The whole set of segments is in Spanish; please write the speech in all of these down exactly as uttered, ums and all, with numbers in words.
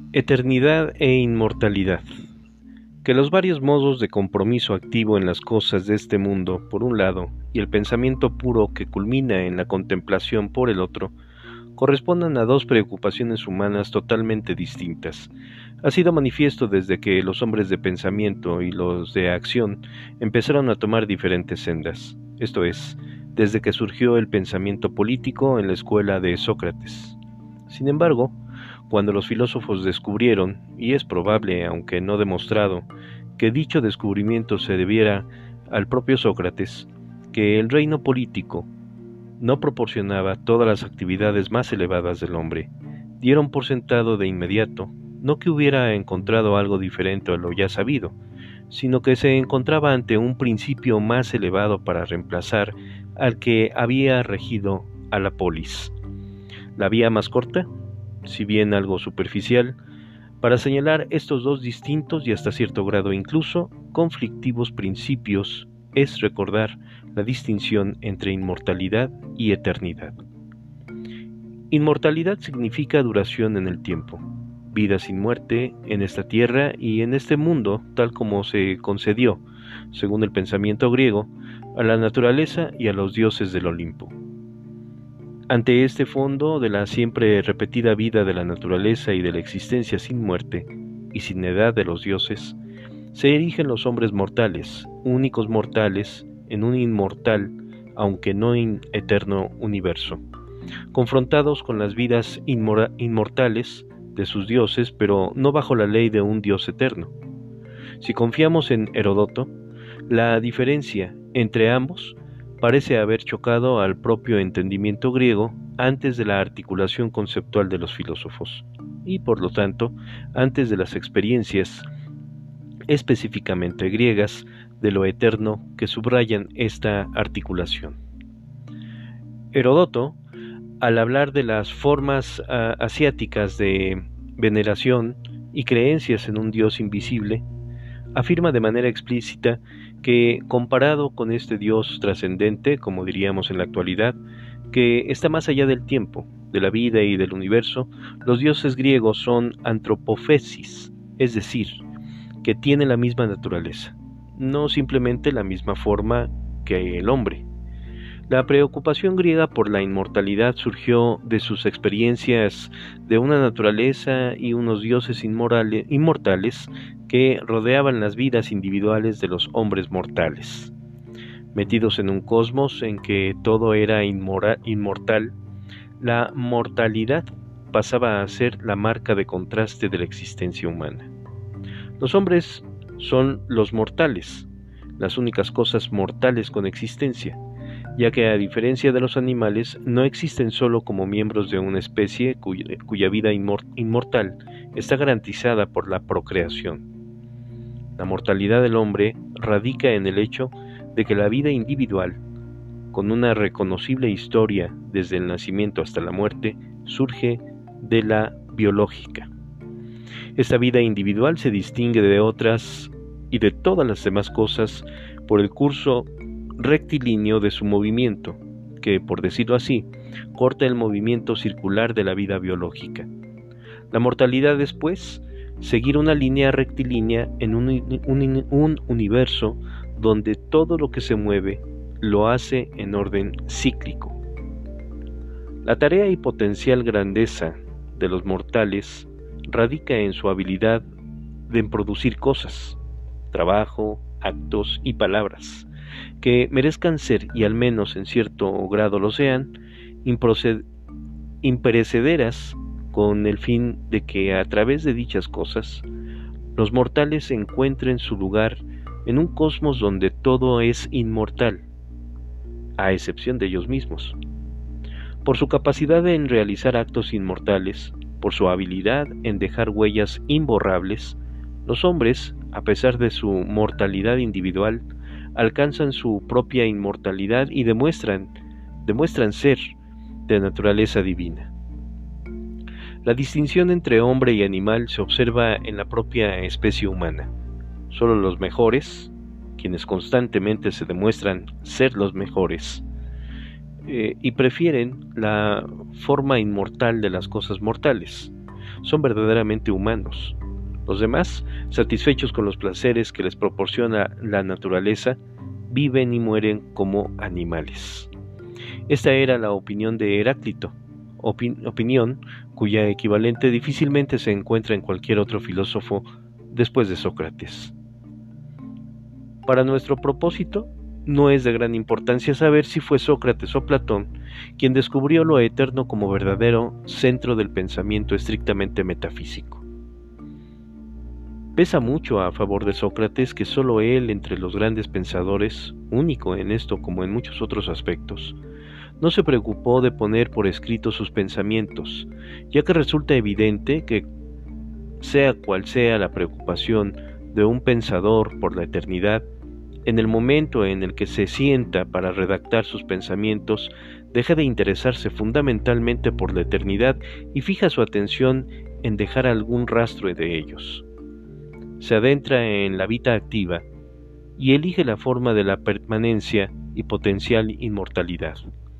Eternidad e inmortalidad. Que los varios modos de compromiso activo en las cosas de este mundo, por un lado, y el pensamiento puro que culmina en la contemplación, por el otro, correspondan a dos preocupaciones humanas totalmente distintas. Ha sido manifiesto desde que los hombres de pensamiento y los de acción empezaron a tomar diferentes sendas, esto es, desde que surgió el pensamiento político en la escuela de Sócrates. Sin embargo, cuando los filósofos descubrieron, y es probable, aunque no demostrado, que dicho descubrimiento se debiera al propio Sócrates, que el reino político no proporcionaba todas las actividades más elevadas del hombre, dieron por sentado de inmediato, no que hubiera encontrado algo diferente a lo ya sabido, sino que se encontraba ante un principio más elevado para reemplazar al que había regido a la polis. La vía más corta, si bien algo superficial, para señalar estos dos distintos y hasta cierto grado incluso conflictivos principios es recordar la distinción entre inmortalidad y eternidad. Inmortalidad significa duración en el tiempo, vida sin muerte en esta tierra y en este mundo, tal como se concedió, según el pensamiento griego, a la naturaleza y a los dioses del Olimpo. Ante este fondo de la siempre repetida vida de la naturaleza y de la existencia sin muerte y sin edad de los dioses, se erigen los hombres mortales, únicos mortales, en un inmortal, aunque no in eterno universo, confrontados con las vidas inmortales de sus dioses, pero no bajo la ley de un dios eterno. Si confiamos en Heródoto, la diferencia entre ambos parece haber chocado al propio entendimiento griego antes de la articulación conceptual de los filósofos, y por lo tanto, antes de las experiencias específicamente griegas de lo eterno que subrayan esta articulación. Heródoto, al hablar de las formas uh, asiáticas de veneración y creencias en un dios invisible, afirma de manera explícita que, comparado con este Dios trascendente, como diríamos en la actualidad, que está más allá del tiempo, de la vida y del universo, los dioses griegos son antropofesis, es decir, que tienen la misma naturaleza, no simplemente la misma forma que el hombre. La preocupación griega por la inmortalidad surgió de sus experiencias de una naturaleza y unos dioses inmortales que rodeaban las vidas individuales de los hombres mortales. Metidos en un cosmos en que todo era inmortal, la mortalidad pasaba a ser la marca de contraste de la existencia humana. Los hombres son los mortales, las únicas cosas mortales con existencia, ya que a diferencia de los animales no existen solo como miembros de una especie cuya, cuya vida inmor inmortal está garantizada por la procreación. La mortalidad del hombre radica en el hecho de que la vida individual, con una reconocible historia desde el nacimiento hasta la muerte, surge de la biológica. Esta vida individual se distingue de otras y de todas las demás cosas por el curso rectilíneo de su movimiento, que, por decirlo así, corta el movimiento circular de la vida biológica. La mortalidad es, pues, seguir una línea rectilínea en un, un, un universo donde todo lo que se mueve lo hace en orden cíclico. La tarea y potencial grandeza de los mortales radica en su habilidad de producir cosas, trabajo, actos y palabras, que merezcan ser, y al menos en cierto grado lo sean, imperecederas, con el fin de que a través de dichas cosas, los mortales encuentren su lugar en un cosmos donde todo es inmortal, a excepción de ellos mismos. Por su capacidad en realizar actos inmortales, por su habilidad en dejar huellas imborrables, los hombres, a pesar de su mortalidad individual, alcanzan su propia inmortalidad y demuestran, demuestran ser de naturaleza divina. La distinción entre hombre y animal se observa en la propia especie humana. Solo los mejores, quienes constantemente se demuestran ser los mejores, eh, y prefieren la forma inmortal de las cosas mortales. son verdaderamente humanos. Los demás, satisfechos con los placeres que les proporciona la naturaleza, viven y mueren como animales. Esta era la opinión de Heráclito, opin- opinión cuya equivalente difícilmente se encuentra en cualquier otro filósofo después de Sócrates. Para nuestro propósito, no es de gran importancia saber si fue Sócrates o Platón quien descubrió lo eterno como verdadero centro del pensamiento estrictamente metafísico. Pesa mucho a favor de Sócrates que solo él, entre los grandes pensadores, único en esto como en muchos otros aspectos, no se preocupó de poner por escrito sus pensamientos, ya que resulta evidente que, sea cual sea la preocupación de un pensador por la eternidad, en el momento en el que se sienta para redactar sus pensamientos, deja de interesarse fundamentalmente por la eternidad y fija su atención en dejar algún rastro de ellos. Se adentra en la vida activa y elige la forma de la permanencia y potencial inmortalidad.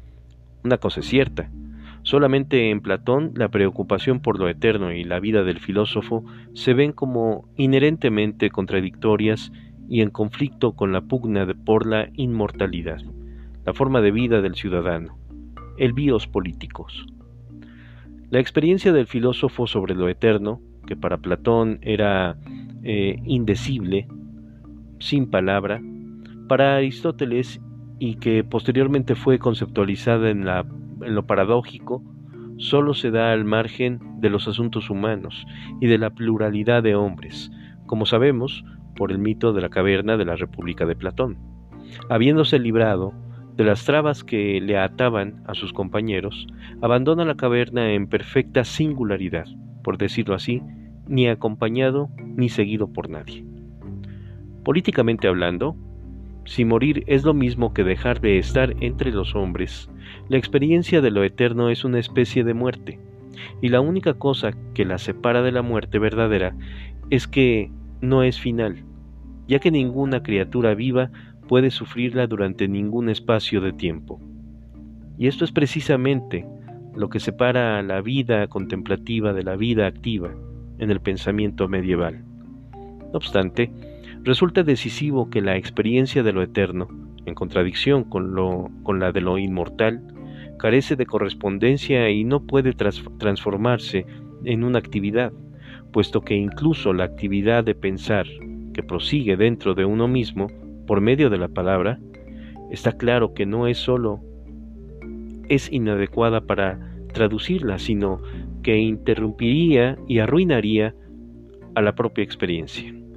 Una cosa es cierta, solamente en Platón la preocupación por lo eterno y la vida del filósofo se ven como inherentemente contradictorias y en conflicto con la pugna por la inmortalidad, la forma de vida del ciudadano, el bios políticos. La experiencia del filósofo sobre lo eterno, que para Platón era eh, indecible, sin palabra, para Aristóteles y que posteriormente fue conceptualizada en, la, en lo paradójico, solo se da al margen de los asuntos humanos y de la pluralidad de hombres, como sabemos por el mito de la caverna de la República de Platón. Habiéndose librado de las trabas que le ataban a sus compañeros, abandona la caverna en perfecta singularidad, por decirlo así, ni acompañado ni seguido por nadie. Políticamente hablando, si morir es lo mismo que dejar de estar entre los hombres, la experiencia de lo eterno es una especie de muerte, y la única cosa que la separa de la muerte verdadera es que no es final, ya que ninguna criatura viva puede sufrirla durante ningún espacio de tiempo. Y esto es precisamente lo que separa a la vida contemplativa de la vida activa en el pensamiento medieval. No obstante, resulta decisivo que la experiencia de lo eterno, en contradicción con, lo, con la de lo inmortal, carece de correspondencia y no puede trans, transformarse en una actividad, puesto que incluso la actividad de pensar que prosigue dentro de uno mismo por medio de la palabra, está claro que no es sólo es inadecuada para traducirla, sino que interrumpiría y arruinaría a la propia experiencia.